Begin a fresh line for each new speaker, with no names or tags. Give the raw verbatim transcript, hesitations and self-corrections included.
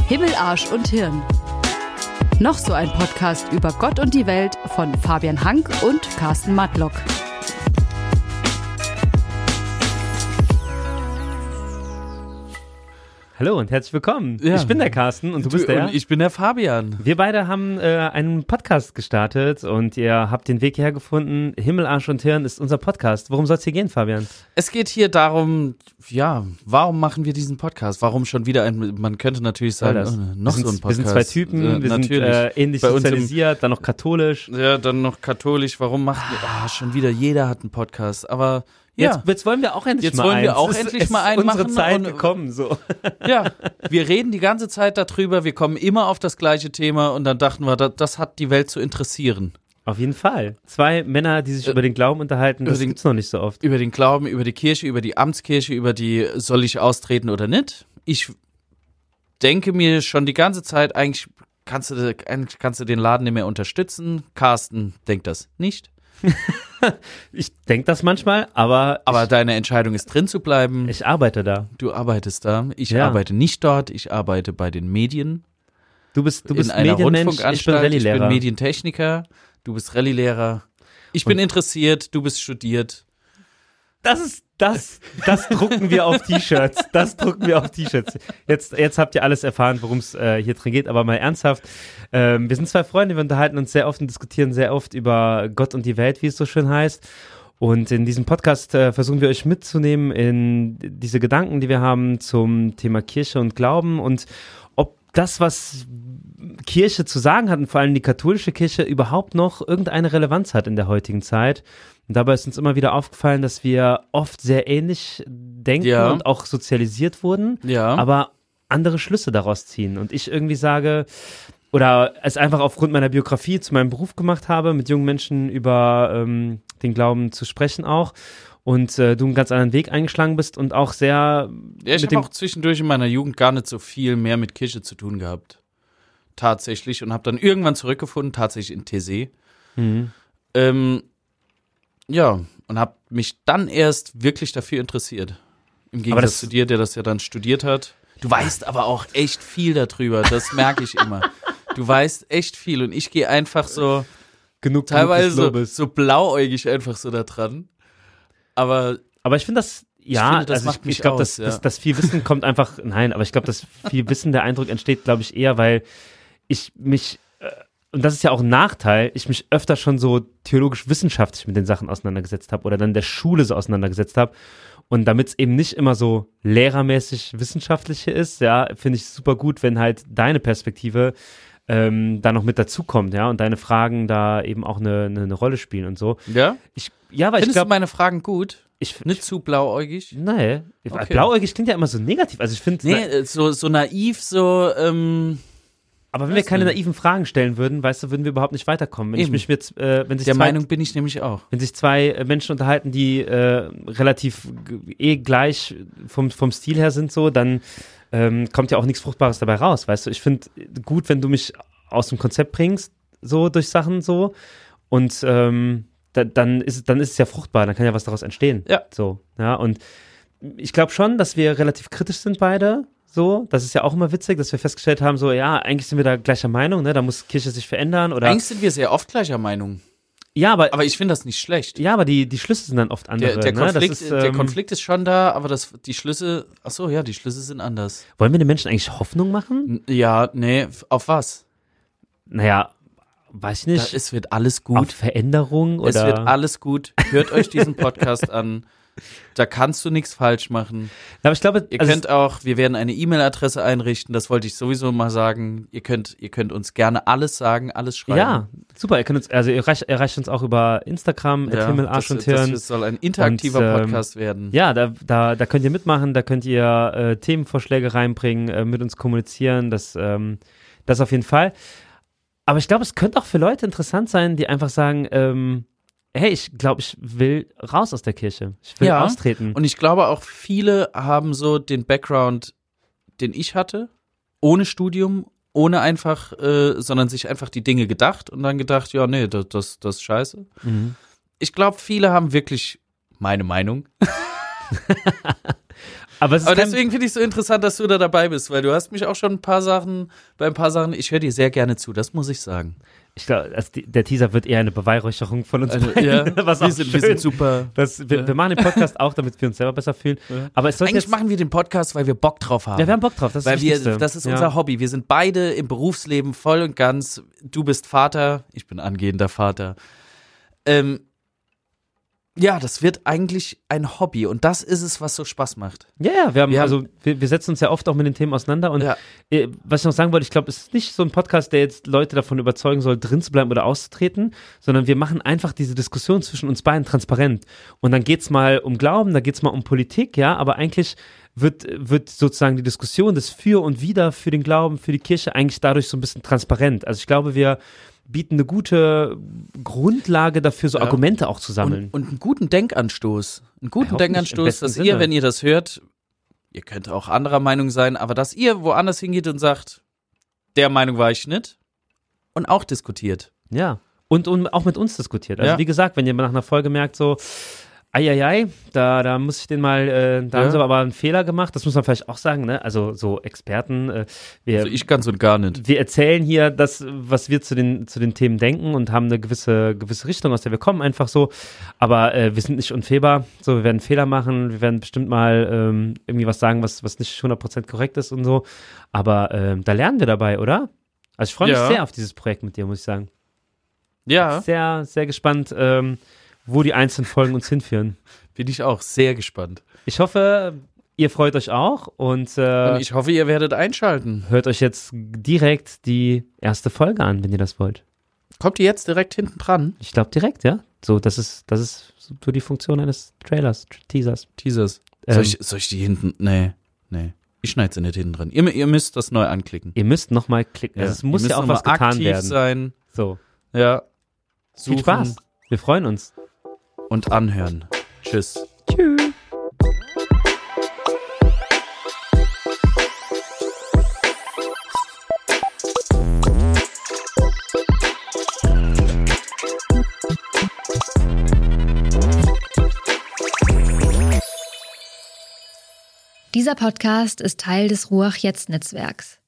Himmel, Arsch und Hirn. Noch so ein Podcast über Gott und die Welt von Fabian Hank und Carsten Matlock.
Hallo und herzlich willkommen.
Ja.
Ich bin der Carsten und du bist der.
Und ich bin der Fabian.
Wir beide haben äh, einen Podcast gestartet und ihr habt den Weg hierher gefunden. Himmel, Arsch und Hirn ist unser Podcast. Worum soll es hier gehen, Fabian?
Es geht hier darum, ja, warum machen wir diesen Podcast? Warum schon wieder ein, man könnte natürlich sagen, oh, noch
sind,
so ein Podcast.
Wir sind zwei Typen,
äh,
wir
natürlich.
sind äh, ähnlich
Bei uns
sozialisiert, im, dann noch katholisch.
Ja, dann noch katholisch. Warum macht wir, ah, schon wieder, jeder hat einen Podcast, aber ja.
Jetzt, jetzt wollen wir auch endlich
jetzt
mal
wollen
eins.
wir auch
es
endlich
ist,
mal einen
unsere
machen.
Zeit
und,
gekommen, so.
Ja, wir reden die ganze Zeit darüber, wir kommen immer auf das gleiche Thema und dann dachten wir, das, das hat die Welt zu interessieren.
Auf jeden Fall. Zwei Männer, die sich äh, über den Glauben unterhalten, das
den,
gibt's noch nicht so oft.
Über den Glauben, über die Kirche, über die Amtskirche, über die, soll ich austreten oder nicht? Ich denke mir schon die ganze Zeit, eigentlich kannst du, eigentlich kannst du den Laden nicht mehr unterstützen. Carsten denkt das nicht.
Ich denke das manchmal, aber
Aber
ich,
deine Entscheidung ist, drin zu bleiben.
ich arbeite da.
Du arbeitest da. Ich
Ja.
arbeite nicht dort. Ich arbeite bei den Medien.
Du bist, du bist
in einer
Medienmensch, ich bin
Rundfunkanstalt. Ich
Rallye-Lehrer.
bin Medientechniker. Du bist Rallye-Lehrer. Ich bin interessiert. Du bist studiert.
Das ist, das, das drucken wir auf T-Shirts. Das drucken wir auf T-Shirts. Jetzt, jetzt habt ihr alles erfahren, worum es äh, hier drin geht, aber mal ernsthaft. Ähm, wir sind zwei Freunde, wir unterhalten uns sehr oft und diskutieren sehr oft über Gott und die Welt, wie es so schön heißt. Und in diesem Podcast äh, versuchen wir euch mitzunehmen in diese Gedanken, die wir haben zum Thema Kirche und Glauben und ob das, was Kirche zu sagen hat und vor allem die katholische Kirche überhaupt noch irgendeine Relevanz hat in der heutigen Zeit. Und dabei ist uns immer wieder aufgefallen, dass wir oft sehr ähnlich denken
Ja.
und auch sozialisiert wurden,
Ja.
aber andere Schlüsse daraus ziehen. Und ich irgendwie sage, oder es einfach aufgrund meiner Biografie zu meinem Beruf gemacht habe, mit jungen Menschen über ähm, den Glauben zu sprechen auch. Und äh, du einen ganz anderen Weg eingeschlagen bist und auch sehr
Ja, ich
mit
habe
dem
auch zwischendurch in meiner Jugend gar nicht so viel mehr mit Kirche zu tun gehabt. Tatsächlich. Und habe dann irgendwann zurückgefunden, tatsächlich in T See.
Mhm.
Ähm, ja, und habe mich dann erst wirklich dafür interessiert. Im Gegensatz
das-
zu dir, der das ja dann studiert hat. Du weißt aber auch echt viel darüber, das merke ich immer. Du weißt echt viel und ich gehe einfach so
genug
teilweise
genug des
so,
Lobes.
so blauäugig einfach so da dran. Aber
Aber ich finde das, ja,
finde, das
also
macht
ich,
mich
ich glaube,
aus,
das,
ja.
das, das viel Wissen kommt einfach, nein, aber ich glaube, das viel Wissen, der Eindruck entsteht, glaube ich, eher, weil ich mich, äh, und das ist ja auch ein Nachteil, ich mich öfter schon so theologisch-wissenschaftlich mit den Sachen auseinandergesetzt habe oder dann der Schule so auseinandergesetzt habe. Und damit es eben nicht immer so lehrermäßig wissenschaftlich ist, ja, finde ich es super gut, wenn halt deine Perspektive ähm, da noch mit dazukommt, ja, und deine Fragen da eben auch eine, eine, eine Rolle spielen und so.
ja,
Ich, ja, weil ich
findest du
glaube,
meine Fragen gut?
ich,
Nicht zu blauäugig?
nee,
Okay.
blauäugig klingt ja immer so negativ. Also ich finde,
Nee, äh, so, so naiv, so, ähm,
aber wenn wir
weiß
keine
nicht.
naiven Fragen stellen würden, weißt du, würden wir überhaupt nicht weiterkommen. Wenn
Eben.
ich mich jetzt, äh, wenn sich
der
zwei,
Meinung bin ich nämlich auch.
wenn sich zwei äh, Menschen unterhalten, die äh, relativ g- eh gleich vom, vom Stil her sind, so, dann ähm, kommt ja auch nichts Fruchtbares dabei raus, weißt du. Ich finde gut, wenn du mich aus dem Konzept bringst, so durch Sachen so, und ähm, da, dann ist dann ist es ja fruchtbar, dann kann ja was daraus entstehen.
Ja.
So, ja, und ich glaube schon, dass wir relativ kritisch sind beide. So, das ist ja auch immer witzig, dass wir festgestellt haben, so, ja, eigentlich sind wir da gleicher Meinung, ne, da muss Kirche sich verändern oder,
Eigentlich sind wir sehr oft gleicher Meinung.
ja, aber,
Aber ich finde das nicht schlecht.
ja, aber die, die Schlüsse sind dann oft andere,
Der, der,
ne,
Konflikt,
das ist,
der
ähm,
Konflikt ist schon da, aber das, die Schlüsse, ach so, ja, die Schlüsse sind anders.
wollen wir den Menschen eigentlich Hoffnung machen?
N- Ja, nee, f- auf was?
Naja, weiß ich
Da,
nicht,
es wird alles
auf
gut.
Veränderung
Es
oder,
wird alles gut. Hört euch diesen Podcast an. Da kannst du nichts falsch machen.
aber ich glaube,
Ihr
also
könnt auch, wir werden eine E-Mail-Adresse einrichten, das wollte ich sowieso mal sagen. Ihr könnt, ihr könnt uns gerne alles sagen, alles schreiben.
ja, super, ihr könnt uns, also ihr erreicht, erreicht uns auch über Instagram,
ja
Himmel, Arsch
das,
und Hirn.
das soll ein interaktiver
Und, ähm,
Podcast werden.
Ja, da, da, da könnt ihr mitmachen, da könnt ihr äh, Themenvorschläge reinbringen, äh, mit uns kommunizieren, das, ähm, das auf jeden Fall. Aber ich glaube, es könnte auch für Leute interessant sein, die einfach sagen, ähm, hey, ich glaube, ich will raus aus der Kirche. Ich will
Ja,
austreten.
Und ich glaube auch viele haben so den Background, den ich hatte, ohne Studium, ohne einfach, äh, sondern sich einfach die Dinge gedacht und dann gedacht, ja, nee, das, das, das ist scheiße.
Mhm.
Ich glaube, viele haben wirklich meine Meinung.
Aber, es ist
Aber
kein,
deswegen finde ich es so interessant, dass du da dabei bist, weil du hast mich auch schon ein paar Sachen, bei ein paar Sachen, ich höre dir sehr gerne zu, das muss ich sagen.
ich glaube, also die, der Teaser wird eher eine Beweihräucherung von uns
Also,
beiden.
ja,
Was
wir,
auch
sind,
schön.
wir sind super.
Das, wir,
Ja.
wir machen den Podcast auch, damit wir uns selber besser fühlen.
Ja.
Aber es sollte
Eigentlich
jetzt,
machen wir den Podcast, weil wir Bock drauf haben.
ja, wir haben Bock drauf. Das ist
weil
das
wir,
Wichtigste.
das ist
ja.
unser Hobby. Wir sind beide im Berufsleben voll und ganz. Du bist Vater, ich bin angehender Vater. Ähm, ja, das wird eigentlich ein Hobby und das ist es, was so Spaß macht.
Ja, ja, wir haben,
Wir haben-
also wir, wir setzen uns ja oft auch mit den Themen auseinander und
Ja.
äh, was ich noch sagen wollte, ich glaube, es ist nicht so ein Podcast, der jetzt Leute davon überzeugen soll, drin zu bleiben oder auszutreten, sondern wir machen einfach diese Diskussion zwischen uns beiden transparent. Und dann geht's mal um Glauben, da geht's mal um Politik, ja, aber eigentlich wird, wird sozusagen die Diskussion des Für und Wider für den Glauben, für die Kirche eigentlich dadurch so ein bisschen transparent. Also ich glaube, wir bieten eine gute Grundlage dafür, so
Ja.
Argumente auch zu sammeln.
Und, und einen guten Denkanstoß. Einen guten
Ja, hoffentlich, im
Denkanstoß,
besten
dass
Sinne.
ihr, wenn ihr das hört, ihr könnt auch anderer Meinung sein, aber dass ihr woanders hingeht und sagt, der Meinung war ich nicht und auch diskutiert.
Ja. Und, und auch mit uns diskutiert. Also
Ja.
wie gesagt, wenn ihr nach einer Folge merkt, so, eieiei, da, da muss ich den mal, äh, da
Ja.
haben sie aber einen Fehler gemacht, das muss man vielleicht auch sagen, ne? Also so Experten, äh, wir,
Also ich ganz und gar nicht.
wir erzählen hier das, was wir zu den, zu den Themen denken und haben eine gewisse, gewisse Richtung, aus der wir kommen, einfach so. Aber äh, wir sind nicht unfehlbar. So, wir werden Fehler machen, wir werden bestimmt mal ähm, irgendwie was sagen, was, was nicht hundert Prozent korrekt ist und so. Aber ähm, da lernen wir dabei, oder? Also ich freue mich
Ja.
sehr auf dieses Projekt mit dir, muss ich sagen.
Ja,
Sehr, sehr gespannt, ähm, wo die einzelnen Folgen uns hinführen.
bin ich auch sehr gespannt.
Ich hoffe, ihr freut euch auch und, äh,
Und ich hoffe, ihr werdet einschalten.
hört euch jetzt direkt die erste Folge an, wenn ihr das wollt.
Kommt ihr jetzt direkt hinten dran?
Ich glaube direkt, ja. So, das ist, das ist so die Funktion eines Trailers, Tra- Teasers.
Teasers.
Ähm,
Soll, ich, soll ich die hinten? Nee, nee. Ich schneide sie nicht hinten dran. Ihr, ihr müsst das neu anklicken.
Ihr müsst nochmal klicken. Also es muss
Ihr
ja
müsst
auch
noch
was
mal
getan
aktiv
werden.
sein.
So.
Ja.
Viel Spaß. Wir freuen uns.
Und anhören. Tschüss.
Tschüss.
Dieser Podcast ist Teil des Ruach-Jetzt-Netzwerks.